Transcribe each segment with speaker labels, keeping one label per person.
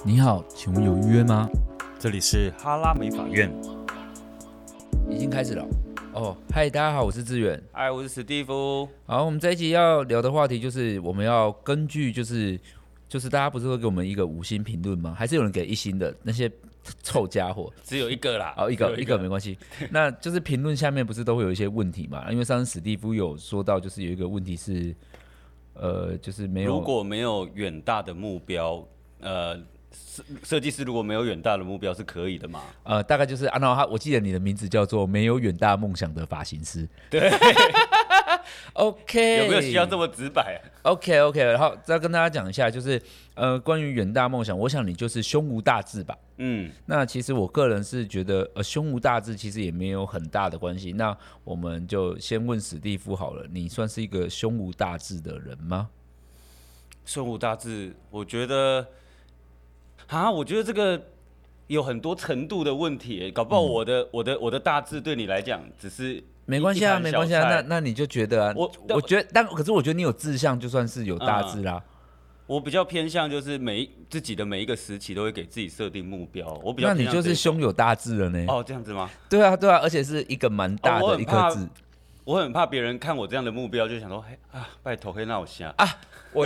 Speaker 1: 你好，请问有预约吗？
Speaker 2: 这里是哈拉美法院。
Speaker 1: 已经开始了。哦，嗨，大家好，我是志远。
Speaker 2: 嗨，我是史蒂夫。
Speaker 1: 好，我们这一集要聊的话题就是我们要根据就是大家不是会给我们一个5星评论吗？还是有人给1星的那些臭家伙？
Speaker 2: 只有一个啦。
Speaker 1: 哦，一个没关系。那就是评论下面不是都会有一些问题嘛？因为上次史蒂夫有说到，就是有一个问题是，就是没有
Speaker 2: 如果没有远大的目标，设计师如果没有远大的目标是可以的嘛？
Speaker 1: 大概就是我记得你的名字叫做没有远大梦想的发型师。
Speaker 2: 对。
Speaker 1: OK，
Speaker 2: 有没有需要这么直白
Speaker 1: ？OK， 然后再跟大家讲一下，就是关于远大梦想，我想你就是胸无大志吧。那其实我个人是觉得，胸无大志其实也没有很大的关系。那我们就先问史蒂夫好了，你算是一个胸无大志的人吗？
Speaker 2: 胸无大志，我觉得这个有很多程度的问题，搞不好我的大志对你来讲只是。
Speaker 1: 没关系啊，没关系啊，那你就觉得啊，我觉得，可是我觉得你有志向，就算是有大志啦。
Speaker 2: 我比较偏向就是自己的每一个时期都会给自己设定目标。我比较
Speaker 1: 那你就是胸有大志了呢？
Speaker 2: 哦，这样子吗？
Speaker 1: 对啊，而且是一个蛮大的一颗痣。
Speaker 2: 我很怕别人看我这样的目标，就想说，拜托，那我下
Speaker 1: 啊，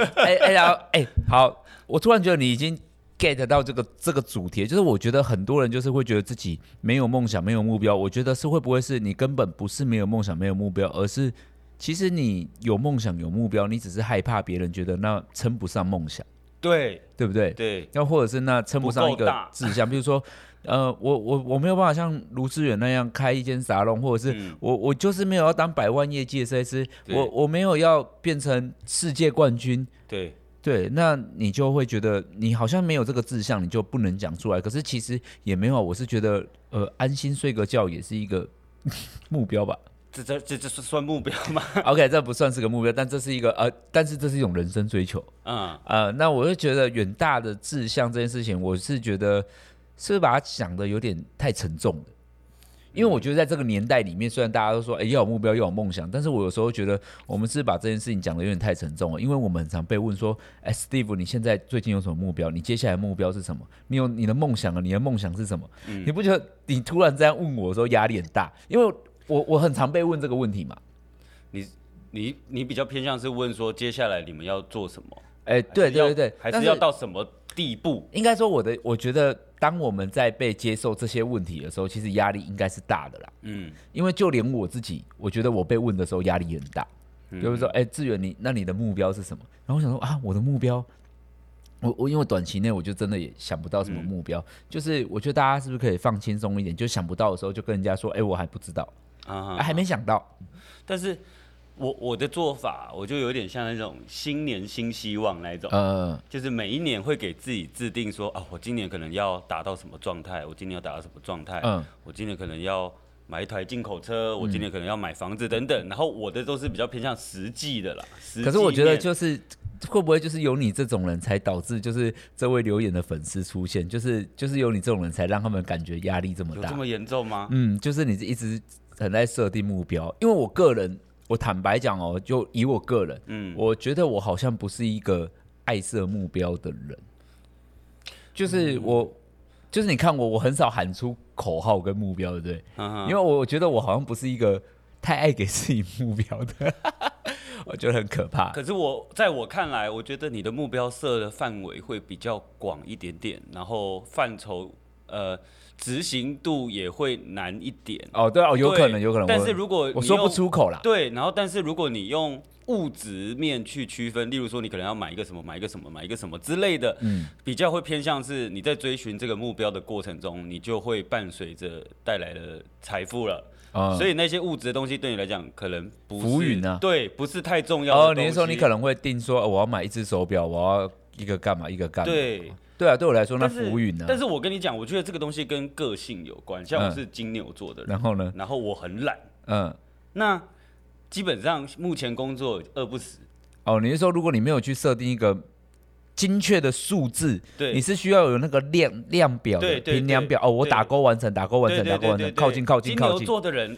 Speaker 1: 好，我突然觉得你已经。get 到这个主题，就是我觉得很多人就是会觉得自己没有梦想、没有目标。我觉得是会不会是你根本不是没有梦想、没有目标，而是其实你有梦想、有目标，你只是害怕别人觉得那称不上梦想，
Speaker 2: 对
Speaker 1: 不对？
Speaker 2: 对。
Speaker 1: 要或者是那称不上一个志向，比如说，我没有办法像卢志远那样开一间沙龙，或者是我就是没有要当100万业绩的设计师，我没有要变成世界冠军，对，那你就会觉得你好像没有这个志向，你就不能讲出来。可是其实也没有，我是觉得安心睡个觉也是一个目标吧。
Speaker 2: 这算目标吗
Speaker 1: ？OK， 这不算是个目标，但这是一个但是这是一种人生追求。那我就觉得远大的志向这件事情，我是觉得是不是把它想的有点太沉重了？因为我觉得在这个年代里面，虽然大家都说要有目标要有梦想，但是我有时候觉得我们是把这件事情讲的有点太沉重了。因为我们很常被问说，Steve， 你现在最近有什么目标？你接下来的目标是什么？你有你的梦想了，你的梦想是什么？你不觉得你突然这样问我的时候压力很大？因为我很常被问这个问题嘛。
Speaker 2: 你比较偏向是问说接下来你们要做什么？
Speaker 1: 对，
Speaker 2: 还是要到什么地步？
Speaker 1: 应该说我觉得当我们在被接受这些问题的时候，其实压力应该是大的啦。因为就连我自己，我觉得我被问的时候压力很大。就是说，志远，你的目标是什么？然后我想说我的目标，我因为短期内我就真的也想不到什么目标。就是我觉得大家是不是可以放轻松一点？就想不到的时候就跟人家说，我还不知道，还没想到。
Speaker 2: 但是我的做法，我就有点像那种新年新希望那一种，就是每一年会给自己制定说，我今年可能要达到什么状态，我今年要达到什么状态，我今年可能要买一台进口车，我今年可能要买房子等等，然后我的都是比较偏向实际的啦。
Speaker 1: 可是我觉得就是会不会就是有你这种人才导致就是这位留言的粉丝出现，就是有你这种人才让他们感觉压力这么大？
Speaker 2: 有这么严重吗？
Speaker 1: 就是你一直很在设定目标，因为我个人。我坦白讲就以我个人，我觉得我好像不是一个爱设目标的人，就是就是你看我很少喊出口号跟目标，对不对？因为我觉得我好像不是一个太爱给自己目标的，我觉得很可怕。
Speaker 2: 可是在我看来，我觉得你的目标设的范围会比较广一点点，然后范畴执行度也会难一点。
Speaker 1: 对有可能。
Speaker 2: 但是如果
Speaker 1: 我说不出口啦，
Speaker 2: 对，然后但是如果你用物质面去区分，例如说你可能要买一个什么，买一个什么，买一个什么之类的，比较会偏向是你在追寻这个目标的过程中，你就会伴随着带来的财富了。所以那些物质的东西对你来讲可能不是
Speaker 1: 浮云啊，
Speaker 2: 对，不是太重要的东西。
Speaker 1: 你是说你可能会定说，我要买一只手表，我要一个干嘛一个干嘛？对啊，对我来说那浮云啊。
Speaker 2: 但是我跟你讲，我觉得这个东西跟个性有关。像我是金牛座的人，
Speaker 1: 然后呢？
Speaker 2: 然后我很懒，那基本上目前工作饿不死。
Speaker 1: 你是说如果你没有去设定一个精确的数字，你是需要有那个量表的评量表。我打勾完成，打勾完成，靠近。
Speaker 2: 金牛座的人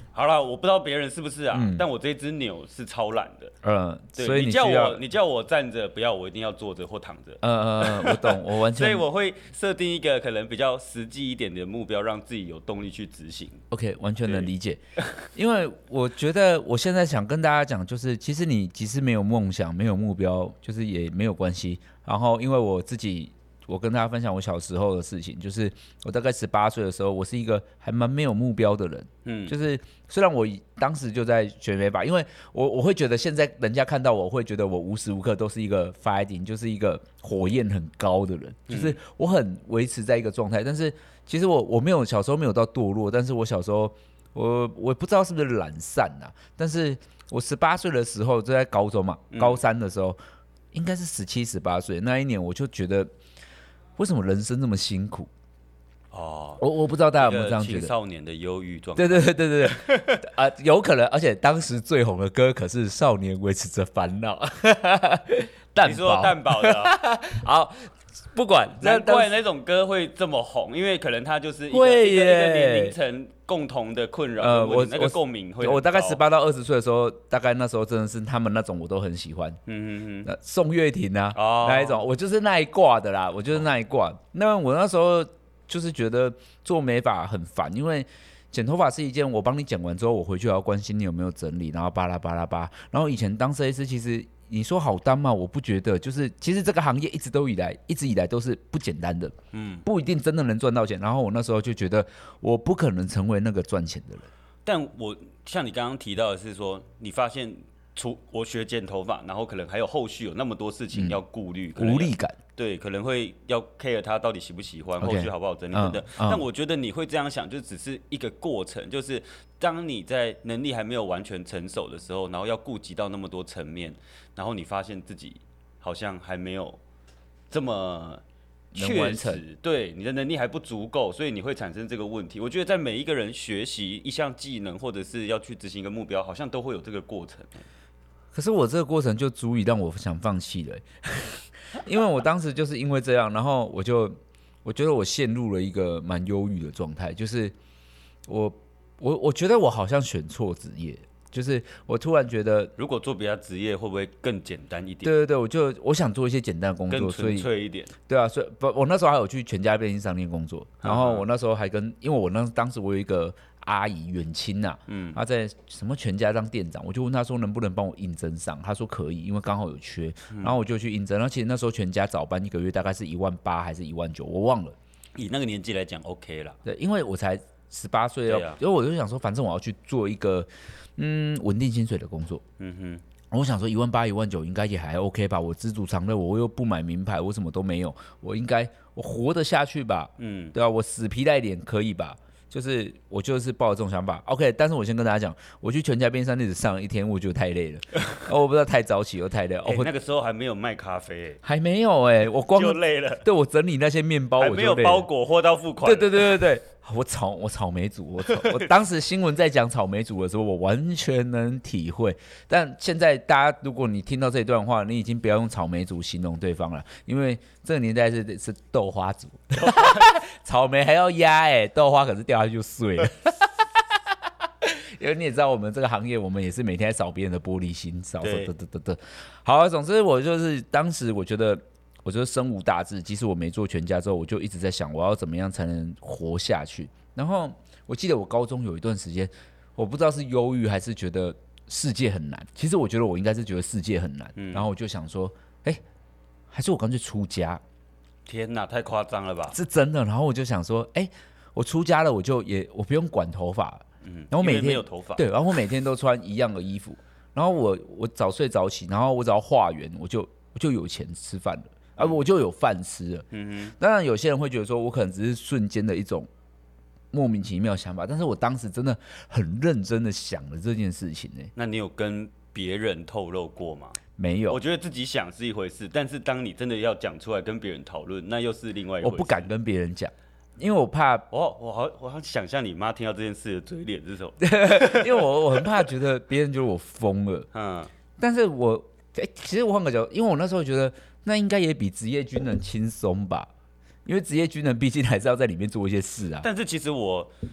Speaker 2: 好了，我不知道别人是不是啊，但我这只扭是超懒的。对，
Speaker 1: 所以
Speaker 2: 你叫我站着，不要，我一定要坐着或躺着。
Speaker 1: 我懂，我完全。
Speaker 2: 所以我会设定一个可能比较实际一点的目标，让自己有动力去执行。
Speaker 1: OK， 完全能理解。因为我觉得我现在想跟大家讲，就是其实你即使没有梦想、没有目标，就是也没有关系。然后因为我跟大家分享我小时候的事情，就是我大概18岁的时候，我是一个还蛮没有目标的人。就是虽然我当时就在学美发，因为我会觉得现在人家看到我会觉得我无时无刻都是一个 fighting， 就是一个火焰很高的人，就是我很维持在一个状态。但是其实我没有小时候没有到堕落，但是我小时候我不知道是不是懒散啊，但是我18岁的时候就在高中嘛，高3的时候应该是17、18岁那一年，我就觉得。为什么人生那么辛苦？我不知道大家有没有这样觉得？
Speaker 2: 青少年的忧郁状态。
Speaker 1: 对，有可能，而且当时最红的歌可是《少年维持着烦恼》
Speaker 2: 你说蛋堡的
Speaker 1: 好，不管，
Speaker 2: 难怪那种歌会这么红，因为可能它就是一个年龄层共同的困扰，我那个共鸣会。
Speaker 1: 我大概18到20岁的时候，大概那时候真的是他们那种我都很喜欢。宋岳庭啊，那一种，我就是那一挂的啦，我就是那一挂。那我那时候就是觉得做美发很烦，因为剪头发是一件我帮你剪完之后，我回去还要关心你有没有整理，然后巴拉巴拉巴。然后以前当设计师其实。你说好当吗？我不觉得，就是其实这个行业一直以来都是不简单的，不一定真的能赚到钱。然后我那时候就觉得，我不可能成为那个赚钱的人。
Speaker 2: 但我像你刚刚提到的是说，你发现我学剪头发，然后可能还有后续有那么多事情要顾虑，
Speaker 1: 无力感，
Speaker 2: 对，可能会要 care 他到底喜不喜欢，后续好不好整理等等。但我觉得你会这样想，就只是一个过程，就是当你在能力还没有完全成熟的时候，然后要顾及到那么多层面，然后你发现自己好像还没有这么确实，对，你的能力还不足够，所以你会产生这个问题。我觉得在每一个人学习一项技能，或者是要去执行一个目标，好像都会有这个过程。
Speaker 1: 可是我这个过程就足以让我想放弃了，因为我当时就是因为这样，然后我觉得我陷入了一个蛮忧郁的状态，就是我觉得我好像选错职业，就是我突然觉得，
Speaker 2: 如果做别的职业会不会更简单一点？
Speaker 1: 对，我想做一些简单的工作，
Speaker 2: 更纯粹一点。
Speaker 1: 对啊，所以我那时候还有去全家便利商店工作，然后我那时候还因为我当时我有一个阿姨远亲呐，她在什么全家当店长，我就问她说能不能帮我应征上，她说可以，因为刚好有缺，然后我就去应征。然后其实那时候全家早班一个月大概是18000还是19000，我忘了。
Speaker 2: 以那个年纪来讲 ，OK 啦。
Speaker 1: 对，因为我才18岁，因为我就想说，反正我要去做一个稳定薪水的工作。我想说18000、19000应该也还 OK 吧，我知足常乐，我又不买名牌，我什么都没有，我活得下去吧。对啊，我死皮赖脸可以吧？我就是抱着这种想法 ，OK。但是我先跟大家讲，我去全家便利商店只上了1天，我觉得太累了。我不知道太早起又太累。
Speaker 2: 那个时候还没有卖咖啡，
Speaker 1: 还没有我光
Speaker 2: 就累了。
Speaker 1: 对，我整理那些面包，
Speaker 2: 还没有包裹货到付款。
Speaker 1: 对，我草莓族，我当时新闻在讲草莓族的时候，我完全能体会。但现在大家，如果你听到这一段话，你已经不要用草莓族形容对方了，因为这个年代是豆花族，草莓还要压豆花可是掉下去就碎了。因为你也知道，我们这个行业，我们也是每天在扫别人的玻璃心，扫。好，总之我就是当时我觉得身无大志，即使我没做全家之后，我就一直在想我要怎么样才能活下去。然后我记得我高中有一段时间，我不知道是忧郁还是觉得世界很难。其实我觉得我应该是觉得世界很难，然后我就想说，还是我干脆出家。
Speaker 2: 天哪，太夸张了吧？
Speaker 1: 是真的。然后我就想说，我出家了，我不用管头发，然后每天
Speaker 2: 没有头发，
Speaker 1: 对，然后我每天都穿一样的衣服，然后我早睡早起，然后我只要化缘，我就有钱吃饭了。我就有饭吃了。当然有些人会觉得说，我可能只是瞬间的一种莫名其妙的想法，但是我当时真的很认真的想了这件事情。
Speaker 2: 那你有跟别人透露过吗？
Speaker 1: 没有。
Speaker 2: 我觉得自己想是一回事，但是当你真的要讲出来跟别人讨论，那又是另外一回事。
Speaker 1: 我不敢跟别人讲，因为我怕。
Speaker 2: 我好想象你妈听到这件事的嘴脸是什么？
Speaker 1: 因为我很怕觉得别人觉得我疯了。但是其实我换个角度，因为我那时候觉得那应该也比职业军人轻松吧，因为职业军人毕竟还是要在里面做一些事啊。
Speaker 2: 但是其实我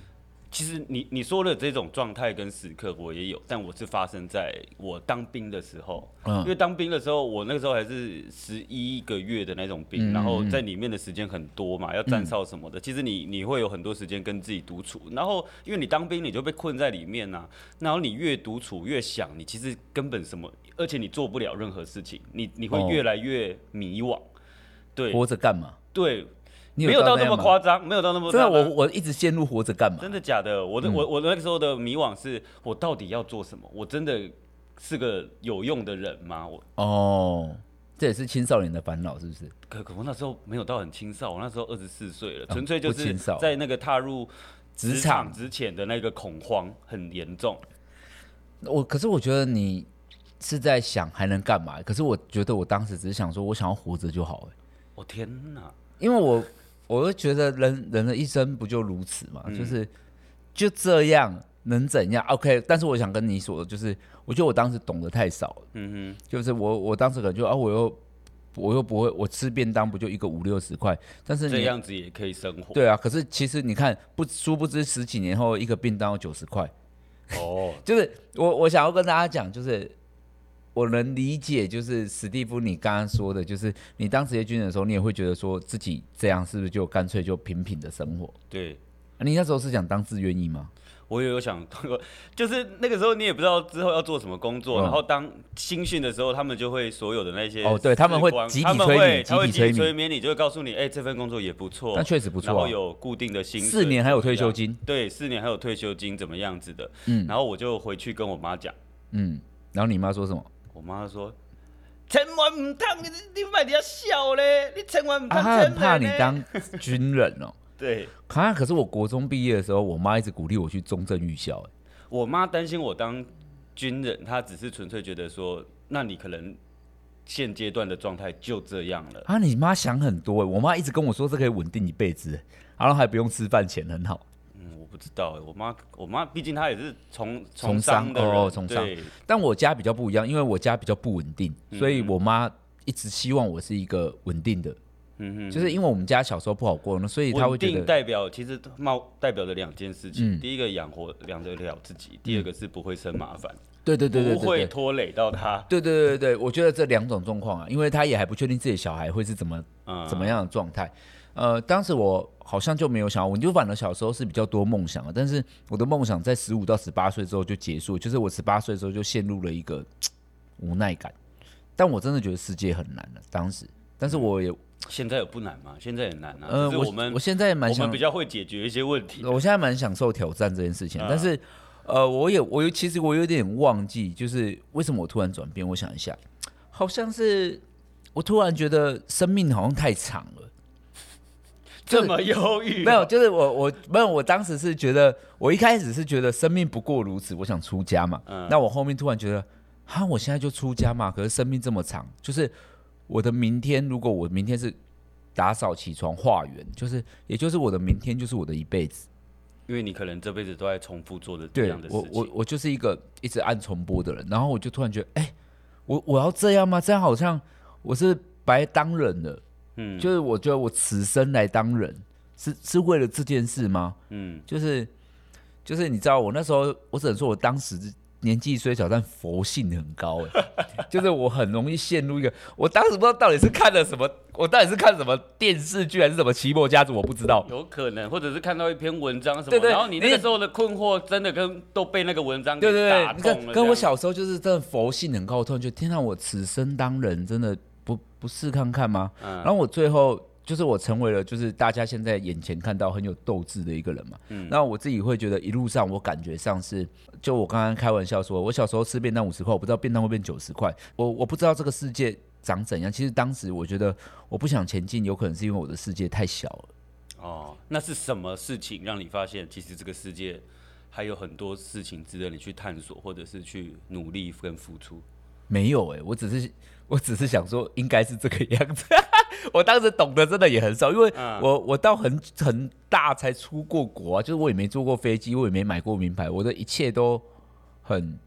Speaker 2: 其实你说的这种状态跟时刻我也有，但我是发生在我当兵的时候，因为当兵的时候我那个时候还是11个月的那种兵，然后在里面的时间很多嘛，要站哨什么的，其实你会有很多时间跟自己独处，然后因为你当兵你就被困在里面啊，然后你越独处越想，你其实根本什么，而且你做不了任何事情，你会越来越迷惘，对，
Speaker 1: 活着干嘛？
Speaker 2: 对。没有到那么夸张，没有到那么夸张。
Speaker 1: 真的，我一直陷入活着干嘛？
Speaker 2: 真的假的？我那个时候的迷惘是，我到底要做什么？我真的是个有用的人吗？
Speaker 1: 这也是青少年的烦恼，是不是？
Speaker 2: 可我那时候没有到很青少，我那时候24岁了，纯粹就是在那个踏入职场之前的那个恐慌很严重。
Speaker 1: 可是我觉得你是在想还能干嘛？可是我觉得我当时只是想说，我想要活着就好。
Speaker 2: 我天哪！
Speaker 1: 因为我会觉得人的一生不就如此嘛，就这样能怎样 ？OK， 但是我想跟你说的就是，我觉得我当时懂得太少了。就是我当时可能就我又不会，我吃便当不就一个50-60块，但是
Speaker 2: 这样子也可以生活。
Speaker 1: 对啊，可是其实你看，殊不知10几年后一个便当要90块。就是我想要跟大家讲，就是我能理解，就是史蒂夫你刚刚说的，就是你当职业军人的时候，你也会觉得说自己这样是不是就干脆就平平的生活？
Speaker 2: 对，
Speaker 1: 你那时候是想当志愿役吗？
Speaker 2: 我也有想过，就是那个时候你也不知道之后要做什么工作，然后当新训的时候，他们就会所有的那些
Speaker 1: 对，他们会集体催眠你，
Speaker 2: 就会告诉你，这份工作也不错，
Speaker 1: 那确实不错，
Speaker 2: 然后有固定的薪水
Speaker 1: ，4年还有退休金，
Speaker 2: 对，4年还有退休金，怎么样子的？然后我就回去跟我妈讲，
Speaker 1: 然后你妈说什么？
Speaker 2: 我妈说：“千万唔通，你卖你要笑咧，你千万唔通。”
Speaker 1: 她很怕你当军人哦。
Speaker 2: 对，
Speaker 1: 可是我国中毕业的时候，我妈一直鼓励我去中正预校。
Speaker 2: 我妈担心我当军人，她只是纯粹觉得说，那你可能现阶段的状态就这样了。
Speaker 1: 你妈想很多。我妈一直跟我说这可以稳定一辈子，然后还不用吃饭钱，很好。
Speaker 2: 我不知道，我妈毕竟她也是从商的人，
Speaker 1: 从商。但我家比较不一样，因为我家比较不稳定，所以我妈一直希望我是一个稳定的。就是因为我们家小时候不好过，所以她会觉得稳
Speaker 2: 定其实代表的2件事情，第一个养得了自己，第二个是不会生麻烦。
Speaker 1: 对，
Speaker 2: 不会拖累到他。
Speaker 1: 对，我觉得这2种状况啊，因为他也还不确定自己的小孩会是怎么样的状态。当时我好像就没有想要，我就反而小时候是比较多梦想的，但是我的梦想在15到18岁之后就结束，就是我18岁的时候就陷入了一个无奈感。但我真的觉得世界很难了，当时，但是我也
Speaker 2: 现在有不难吗？现在也难啊。
Speaker 1: 我现在蛮
Speaker 2: 我们比较会解决一些问题。
Speaker 1: 我现在蛮享受挑战这件事情，但是其实我有点忘记，就是为什么我突然转变。我想一下，好像是我突然觉得生命好像太长了。
Speaker 2: 这么忧郁？
Speaker 1: 没有，就是我当时是觉得，我一开始是觉得生命不过如此，我想出家嘛。那我后面突然觉得，我现在就出家嘛，可是生命这么长，就是我的明天，如果我明天是打扫起床化缘，也就是我的明天就是我的一辈子。
Speaker 2: 因为你可能这辈子都在重复做的这样的事情。
Speaker 1: 我就是一个一直按重播的人，然后我就突然觉得，我要这样吗？这样好像我是白当人了。就是我觉得我此生来当人，是为了这件事吗？就是你知道，我那时候我只能说我当时年纪虽小，但佛性很高。就是我很容易陷入一个，我当时不知道到底是看了什么，我到底是看什么电视剧还是什么奇摩家族，我不知道。
Speaker 2: 有可能，或者是看到一篇文章什么，然后你那个时候的困惑真的都被那个文章给打动了。
Speaker 1: 跟我小时候就是真的佛性很高，我突然觉得天啊，我此生当人真的不试看看吗？然后我最后就是我成为了就是大家现在眼前看到很有斗志的一个人嘛。那我自己会觉得一路上我感觉上是，就我刚刚开玩笑说，我小时候吃便当50块，我不知道便当会变90块，我不知道这个世界长怎样。其实当时我觉得我不想前进，有可能是因为我的世界太小了。
Speaker 2: 那是什么事情让你发现其实这个世界还有很多事情值得你去探索，或者是去努力跟付出？
Speaker 1: 没有我只是想说应该是这个样子。我当时懂得真的也很少，因为我到很大才出过国啊，就是我也没坐过飞机，我也没买过名牌，我的一切都很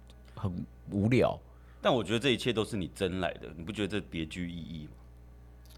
Speaker 1: 无聊。
Speaker 2: 但我觉得这一切都是你争来的，你不觉得这别具意义吗？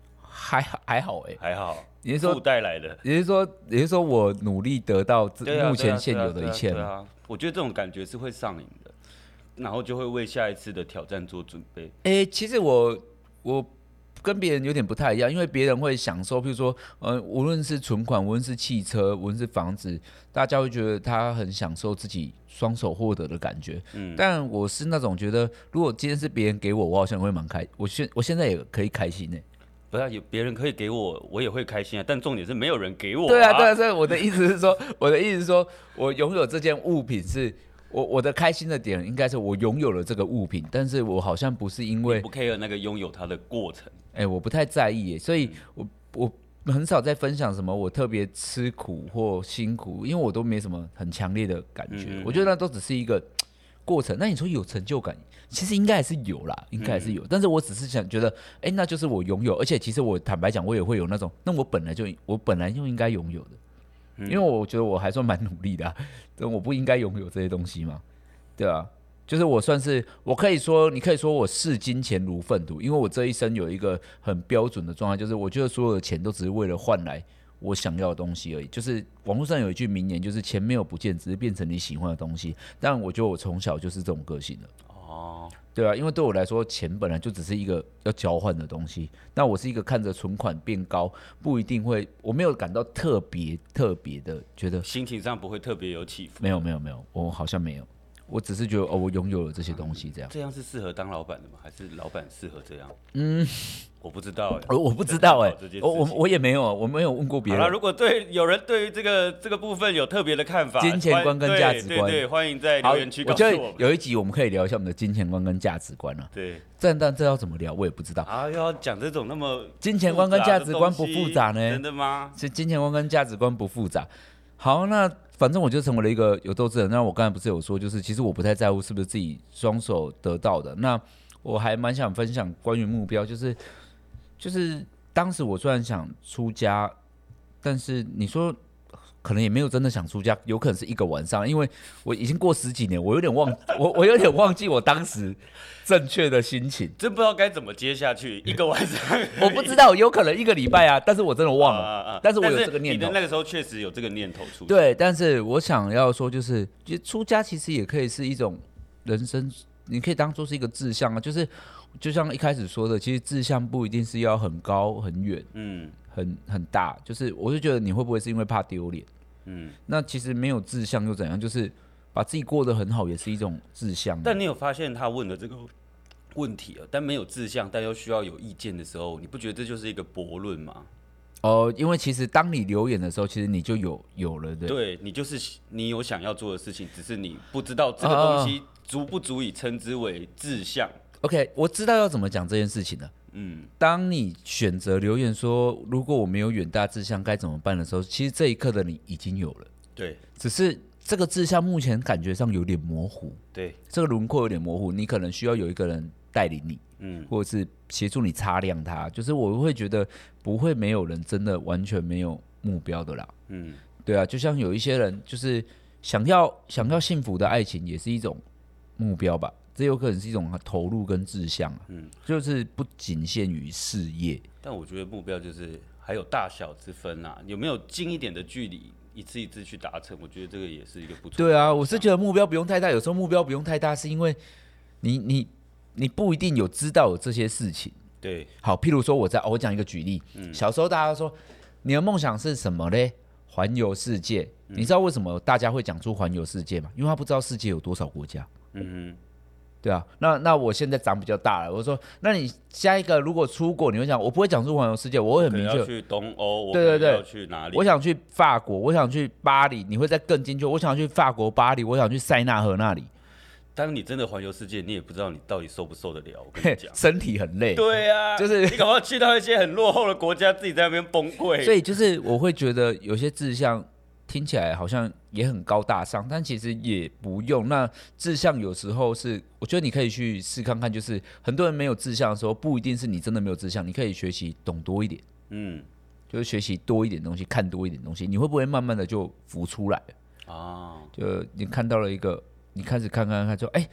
Speaker 1: 还好
Speaker 2: 还好。
Speaker 1: 你是说
Speaker 2: 附带来的？
Speaker 1: 也就是说我努力得到目前现有的一切。
Speaker 2: 对啊，我觉得这种感觉是会上瘾的，然后就会为下一次的挑战做准备。
Speaker 1: 其实我跟别人有点不太一样，因为别人会享受，譬如说，无论是存款，无论是汽车，无论是房子，大家会觉得他很享受自己双手获得的感觉。但我是那种觉得，如果今天是别人给我好像会蛮开，我现在也可以开心
Speaker 2: 不是，有别人可以给我，我也会开心啊。但重点是没有人给我。
Speaker 1: 对啊，所以我的意思是说，我拥有这件物品是。我的开心的点应该是我拥有了这个物品，但是我好像不是因为
Speaker 2: 你不 care 那个拥有它的过程，
Speaker 1: 我不太在意耶，所以我很少在分享什么我特别吃苦或辛苦，因为我都没什么很强烈的感觉，我觉得那都只是一个过程。那你说有成就感，其实应该还是有啦，应该还是有，但是我只是想觉得，那就是我拥有，而且其实我坦白讲，我也会有那种，那我本来就应该拥有的。因为我觉得我还算蛮努力的我不应该拥有这些东西嘛，对啊，就是我算是你可以说我视金钱如粪土，因为我这一生有一个很标准的状态，就是我觉得所有的钱都只是为了换来我想要的东西而已。就是网络上有一句名言，就是钱没有不见，只是变成你喜欢的东西。但我觉得我从小就是这种个性的。对啊，因为对我来说，钱本来就只是一个要交换的东西。那我是一个看着存款变高，不一定会，我没有感到特别的觉得
Speaker 2: 心情上不会特别有起伏。
Speaker 1: 没有，我好像没有。我只是觉得我拥有了这些东西，这样。
Speaker 2: 这样是适合当老板的吗？还是老板适合这样？我不知道
Speaker 1: 我不知道我也没有，我没有问过别人。
Speaker 2: 好了，如果有人对于这个部分有特别的看法，
Speaker 1: 金钱观跟价值观，
Speaker 2: 对，欢迎在留言区告诉我们。
Speaker 1: 我觉得有一集我们可以聊一下我们的金钱观跟价值观啊。
Speaker 2: 对，
Speaker 1: 但这要怎么聊，我也不知道。
Speaker 2: 要讲这种那么
Speaker 1: 金钱观跟价值观不复杂呢？
Speaker 2: 真的吗？
Speaker 1: 是金钱观跟价值观不复杂。好，那反正我就成为了一个有斗志的人。那我刚才不是有说，就是其实我不太在乎是不是自己双手得到的。那我还蛮想分享关于目标，就是当时我虽然想出家，但是你说可能也没有真的想出家，有可能是一个晚上，因为我已经过10几年，我有点忘记我当时正确的心情，
Speaker 2: 真不知道该怎么接下去。一个晚上
Speaker 1: 我不知道，有可能1个礼拜啊，但是我真的忘了。但是我有这个念头。
Speaker 2: 你的那个时候确实有这个念头出现。
Speaker 1: 对，但是我想要说，就是出家其实也可以是一种人生，你可以当做是一个志向啊，就像一开始说的，其实志向不一定是要很高很远，很大，就是我就觉得你会不会是因为怕丢脸？那其实没有志向又怎样？就是把自己过得很好，也是一种志向。
Speaker 2: 但你有发现他问的这个问题但没有志向，但又需要有意见的时候，你不觉得这就是一个悖论吗？
Speaker 1: 因为其实当你留言的时候，其实你就有了的。
Speaker 2: 对，你有想要做的事情，只是你不知道这个东西足不足以称之为志向。
Speaker 1: OK， 我知道要怎么讲这件事情了。当你选择留言说如果我没有远大志向该怎么办的时候，其实这一刻的你已经有了。
Speaker 2: 对，
Speaker 1: 只是这个志向目前感觉上有点模糊。
Speaker 2: 对，
Speaker 1: 这个轮廓有点模糊，你可能需要有一个人带领你，或者是协助你擦亮它。就是我会觉得不会没有人真的完全没有目标的啦。对啊，就像有一些人就是想要幸福的爱情也是一种目标吧。这有可能是一种投入跟志向就是不仅限于事业。
Speaker 2: 但我觉得目标就是还有大小之分啊，有没有近一点的距离，一次一次去达成，我觉得这个也是一个不错的。
Speaker 1: 对啊，我是觉得目标不用太大，有时候目标不用太大，是因为你不一定有知道有这些事情。
Speaker 2: 对，
Speaker 1: 好，譬如说我讲一个举例，小时候大家说你的梦想是什么嘞？环游世界。你知道为什么大家会讲出环游世界吗？因为他不知道世界有多少国家。对啊，那我现在长比较大了，我说，那你下一个如果出国，你会想，我不会讲出环游世界，我会很明确，
Speaker 2: 要去东欧，
Speaker 1: 对，
Speaker 2: 要去哪里？
Speaker 1: 我想去法国，我想去巴黎，你会再更精确，我想去法国巴黎，我想去塞纳河那里。
Speaker 2: 当你真的环游世界，你也不知道你到底受不受得了。我跟你讲，
Speaker 1: 身体很累。
Speaker 2: 对啊，
Speaker 1: 就是
Speaker 2: 你搞不好去到一些很落后的国家，自己在那边崩溃。
Speaker 1: 所以就是我会觉得有些志向听起来好像也很高大上，但其实也不用。那志向有时候是，我觉得你可以去试看看，就是很多人没有志向的时候，不一定是你真的没有志向，你可以学习懂多一点，就是学习多一点东西，看多一点东西，你会不会慢慢的就浮出来了？就你看到了一个，你开始看，说，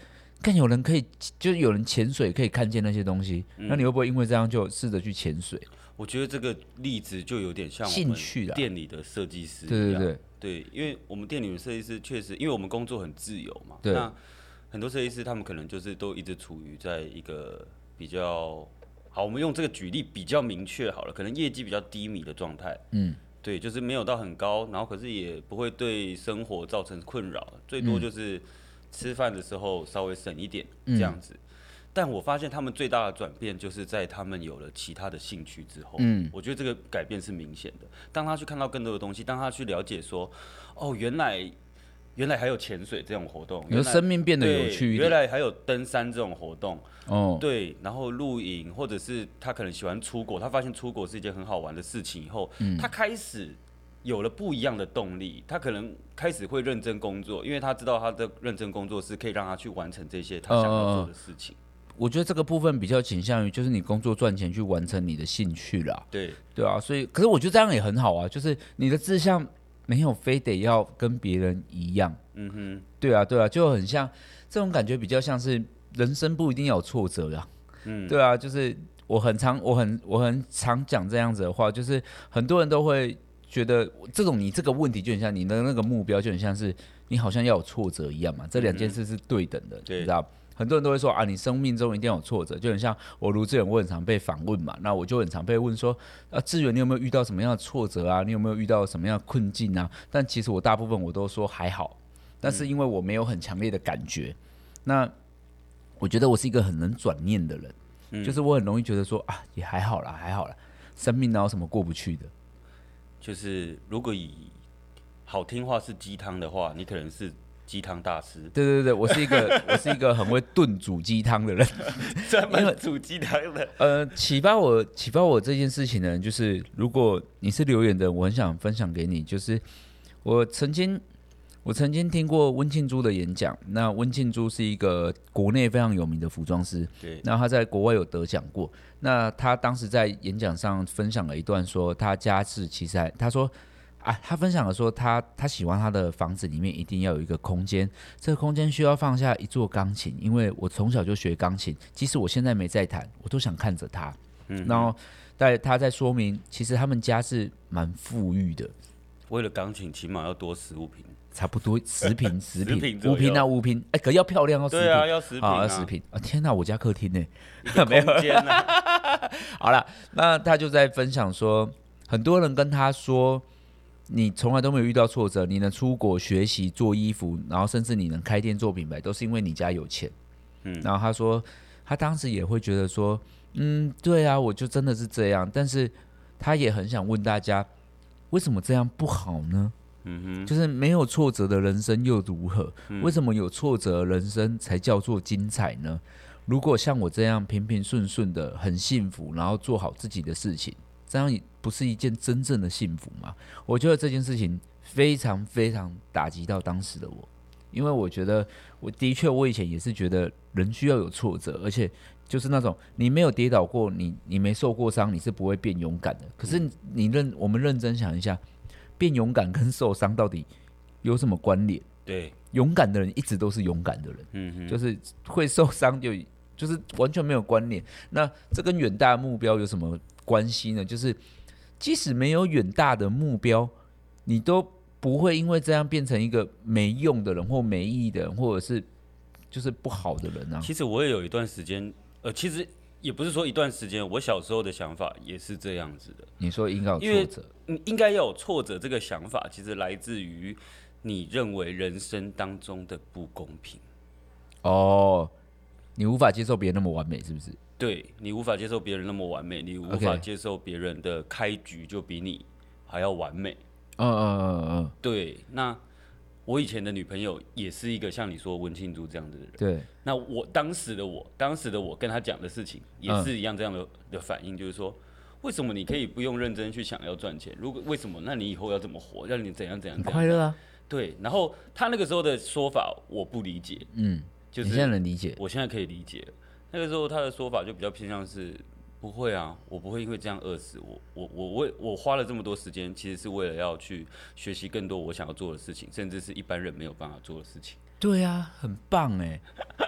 Speaker 1: 看有人可以，就是有人潜水可以看见那些东西，那你会不会因为这样就试着去潜水？
Speaker 2: 我觉得这个例子就有点像我们店里的设计师一样，对，因为我们店里的设计师确实，因为我们工作很自由嘛，那很多设计师他们可能就是都一直处于在一个比较好，我们用这个举例比较明确好了，可能业绩比较低迷的状态，对，就是没有到很高，然后可是也不会对生活造成困扰，最多就是吃饭的时候稍微省一点这样子。但我发现他们最大的转变就是在他们有了其他的兴趣之后，我觉得这个改变是明显的。当他去看到更多的东西，当他去了解说，哦，原来还有潜水这种活动，
Speaker 1: 你的生命变得有趣一点。
Speaker 2: 原来还有登山这种活动，对，然后露营，或者是他可能喜欢出国，他发现出国是一件很好玩的事情以后，他开始有了不一样的动力，他可能开始会认真工作，因为他知道他的认真工作是可以让他去完成这些他想要做的事情。
Speaker 1: 我觉得这个部分比较倾向于就是你工作赚钱去完成你的兴趣啦，
Speaker 2: 对
Speaker 1: 啊，所以可是我觉得这样也很好啊，就是你的志向没有非得要跟别人一样，对啊，就很像这种感觉，比较像是人生不一定要有挫折啦，对啊，就是我很常讲这样子的话，就是很多人都会觉得你这个问题就很像你的那个目标就很像是你好像要有挫折一样嘛，这两件事是对等的，你知道。很多人都会说啊，你生命中一定要有挫折，就很像我卢志远，我很常被访问嘛，那我就很常被问说，志远你有没有遇到什么样的挫折啊？你有没有遇到什么样的困境啊？但其实我大部分我都说还好，但是因为我没有很强烈的感觉，那我觉得我是一个很能转念的人，就是我很容易觉得说啊，也还好啦，生命哪有什么过不去的？
Speaker 2: 就是如果以好听话是鸡汤的话，你可能是鸡汤大师。
Speaker 1: 对，我是一个很会炖煮鸡汤的人，
Speaker 2: 专门煮鸡汤的。
Speaker 1: 启发我这件事情的人，就是如果你是留言的，我很想分享给你，就是我曾经听过温庆珠的演讲。那温庆珠是一个国内非常有名的服装师，对，那他在国外有得奖过。那他当时在演讲上分享了一段说，他家是其实他说。他分享了说他喜欢他的房子里面一定要有一个空间，这个空间需要放下一座钢琴，因为我从小就学钢琴，即使我现在没在弹，我都想看着他。然后他在说明，其实他们家是蛮富裕的，
Speaker 2: 为了钢琴起码要多15坪，
Speaker 1: 差不多10坪5坪啊5坪，可要漂亮哦，
Speaker 2: 对啊，要10坪
Speaker 1: 要10坪啊！天哪，我家客厅呢？
Speaker 2: 没有空间啊。
Speaker 1: 好了，那他就在分享说，很多人跟他说。你从来都没有遇到挫折，你能出国学习做衣服，然后甚至你能开店做品牌，都是因为你家有钱。然后他说，他当时也会觉得说，对啊，我就真的是这样。但是他也很想问大家，为什么这样不好呢？就是没有挫折的人生又如何？为什么有挫折的人生才叫做精彩呢？如果像我这样平平顺顺的很幸福，然后做好自己的事情，这样不是一件真正的幸福吗？我觉得这件事情非常非常打击到当时的我，因为我觉得我以前也是觉得人需要有挫折，而且就是那种你没有跌倒过，你没受过伤，你是不会变勇敢的。可是我们认真想一下，变勇敢跟受伤到底有什么关联？
Speaker 2: 对，
Speaker 1: 勇敢的人一直都是勇敢的人，就是会受伤就是完全没有关联。那这跟远大的目标有什么关系呢？就是即使没有远大的目标，你都不会因为这样变成一个没用的人或没意义的人，或者是就是不好的人啊。
Speaker 2: 其实我也有一段时间，其实也不是说一段时间，我小时候的想法也是这样子的。
Speaker 1: 你说应该有挫折，
Speaker 2: 应该要有挫折这个想法，其实来自于你认为人生当中的不公平。
Speaker 1: 哦，你无法接受别人那么完美，是不是？
Speaker 2: 对，你无法接受别人那么完美，你无法接受别人的开局就比你还要完美。对，那我以前的女朋友也是一个像你说文庆珠这样的人。
Speaker 1: 对，
Speaker 2: 那当时的我跟她讲的事情也是一样这样的反应，就是说，为什么你可以不用认真去想要赚钱？为什么？那你以后要怎么活？让你怎样
Speaker 1: 快乐啊？
Speaker 2: 对，然后她那个时候的说法我不理解，就是
Speaker 1: 你现在能理解，
Speaker 2: 我现在可以理解。那个时候他的说法就比较偏向是不会啊，我不会因为这样饿死。我花了这么多时间，其实是为了要去学习更多我想要做的事情，甚至是一般人没有办法做的事情。
Speaker 1: 对啊，很棒哎。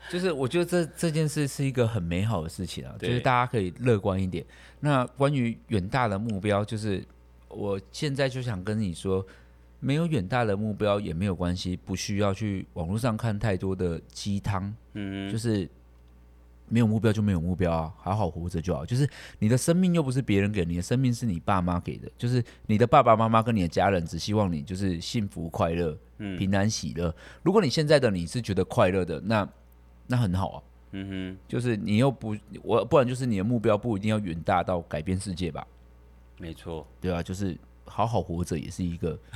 Speaker 1: 就是我觉得这件事是一个很美好的事情啊，就是大家可以乐观一点。那关于远大的目标，就是我现在就想跟你说，没有远大的目标也没有关系，不需要去网络上看太多的鸡汤，就是没有目标就没有目标啊，好好活着就好。就是你的生命又不是别人给你的，生命是你爸妈给的，就是你的爸爸妈妈跟你的家人只希望你就是幸福快乐、平安喜乐。如果你现在的你是觉得快乐的，那很好啊。就是你又不然就是你的目标不一定要远大到改变世界吧？
Speaker 2: 没错，
Speaker 1: 对啊，就是好好活着也是一个。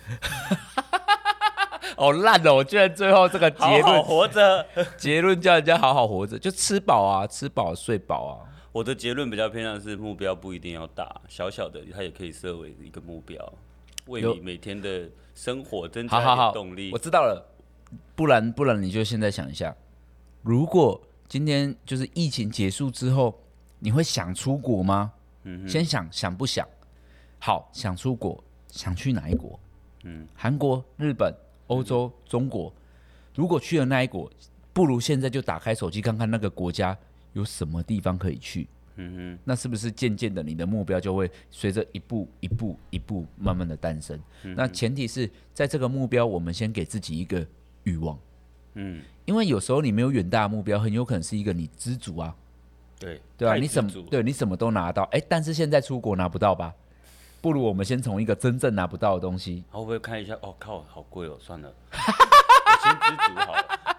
Speaker 1: 好烂哦！我居然最后这个结论，
Speaker 2: 好好活着，
Speaker 1: 结论叫人家好好活着，就吃饱啊，吃饱睡饱啊。
Speaker 2: 我的结论比较偏向是目标不一定要大，小小的它也可以设为一个目标，为你每天的生活增加一点动力。
Speaker 1: 我知道了，不然你就现在想一下，如果今天就是疫情结束之后，你会想出国吗？先想不想？好，想出国，想去哪一国？韩国、日本、欧洲、中国。如果去了那一国，不如现在就打开手机看看那个国家有什么地方可以去。那是不是渐渐的你的目标就会随着一步一步一步慢慢的诞生？那前提是在这个目标，我们先给自己一个欲望。因为有时候你没有远大的目标，很有可能是一个你知足啊。对啊，你什么都拿到，但是现在出国拿不到吧？不如我们先从一个真正拿不到的东西。
Speaker 2: 会不会看一下？哦靠，好贵哦，算了，我先知足好了。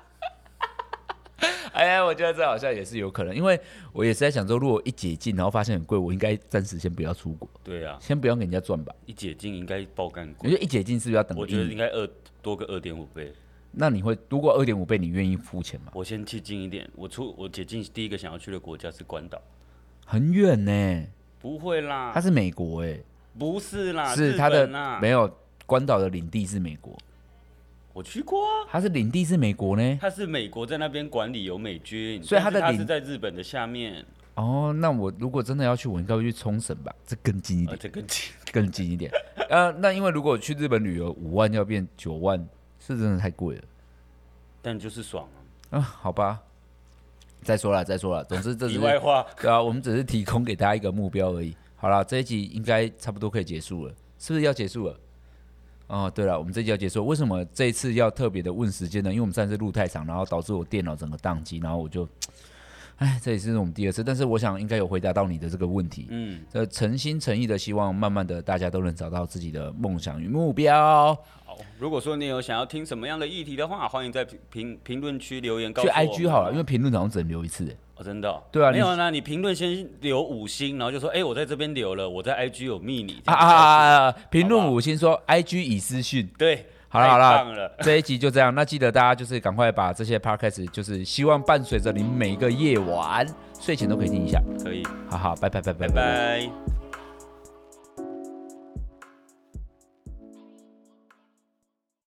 Speaker 1: 我觉得这好像也是有可能，因为我也是在想说，如果一解禁，然后发现很贵，我应该暂时先不要出国。
Speaker 2: 对啊，
Speaker 1: 先不要给人家赚吧。
Speaker 2: 一解禁应该爆干贵。
Speaker 1: 我觉得一解禁是不是要等？
Speaker 2: 我觉得应该多个2.5倍。
Speaker 1: 那你会如果2.5倍，你愿意付钱吗？
Speaker 2: 我先去近一点。我解禁第一个想要去的国家是关岛，
Speaker 1: 很远呢。
Speaker 2: 不会啦，
Speaker 1: 它是美国哎。
Speaker 2: 不是啦，
Speaker 1: 是它的没有关岛的领地是美国。
Speaker 2: 我去过啊，
Speaker 1: 它是领地是美国呢。
Speaker 2: 它是美国在那边管理，有美军，
Speaker 1: 所以它
Speaker 2: 是在日本的下面。
Speaker 1: 哦，那我如果真的要去，我应该会去冲绳吧？这更近一点，
Speaker 2: 这
Speaker 1: 更近一点。那因为如果去日本旅游，5万要变9万，是真的太贵了。
Speaker 2: 但就是爽
Speaker 1: 啊。好吧，再说了。总之这是
Speaker 2: 题外话。
Speaker 1: 对啊，我们只是提供给大家一个目标而已。好了，这一集应该差不多可以结束了，是不是要结束了？哦，对了，我们这一集要结束了。为什么这一次要特别的问时间呢？因为我们上次录太长，然后导致我电脑整个宕机，然后我就，这也是我们第2次，但是我想应该有回答到你的这个问题。诚心诚意的希望，慢慢的大家都能找到自己的梦想与目标。
Speaker 2: 好，如果说你有想要听什么样的议题的话，欢迎在评论区留言告诉我。
Speaker 1: 去 IG 好了，因为评论好像只能留1次。
Speaker 2: 真的？
Speaker 1: 对啊，
Speaker 2: 没有呢，你评论先留5星，然后就说，我在这边留了，我在 IG 有密你。
Speaker 1: 评论5星说 IG 已私讯。
Speaker 2: 对，
Speaker 1: 好了，这一集就这样。那记得大家就是赶快把这些 podcast， 就是希望伴随着你每一个夜晚睡前都可以听一下。
Speaker 2: 可以。
Speaker 1: 好，拜拜。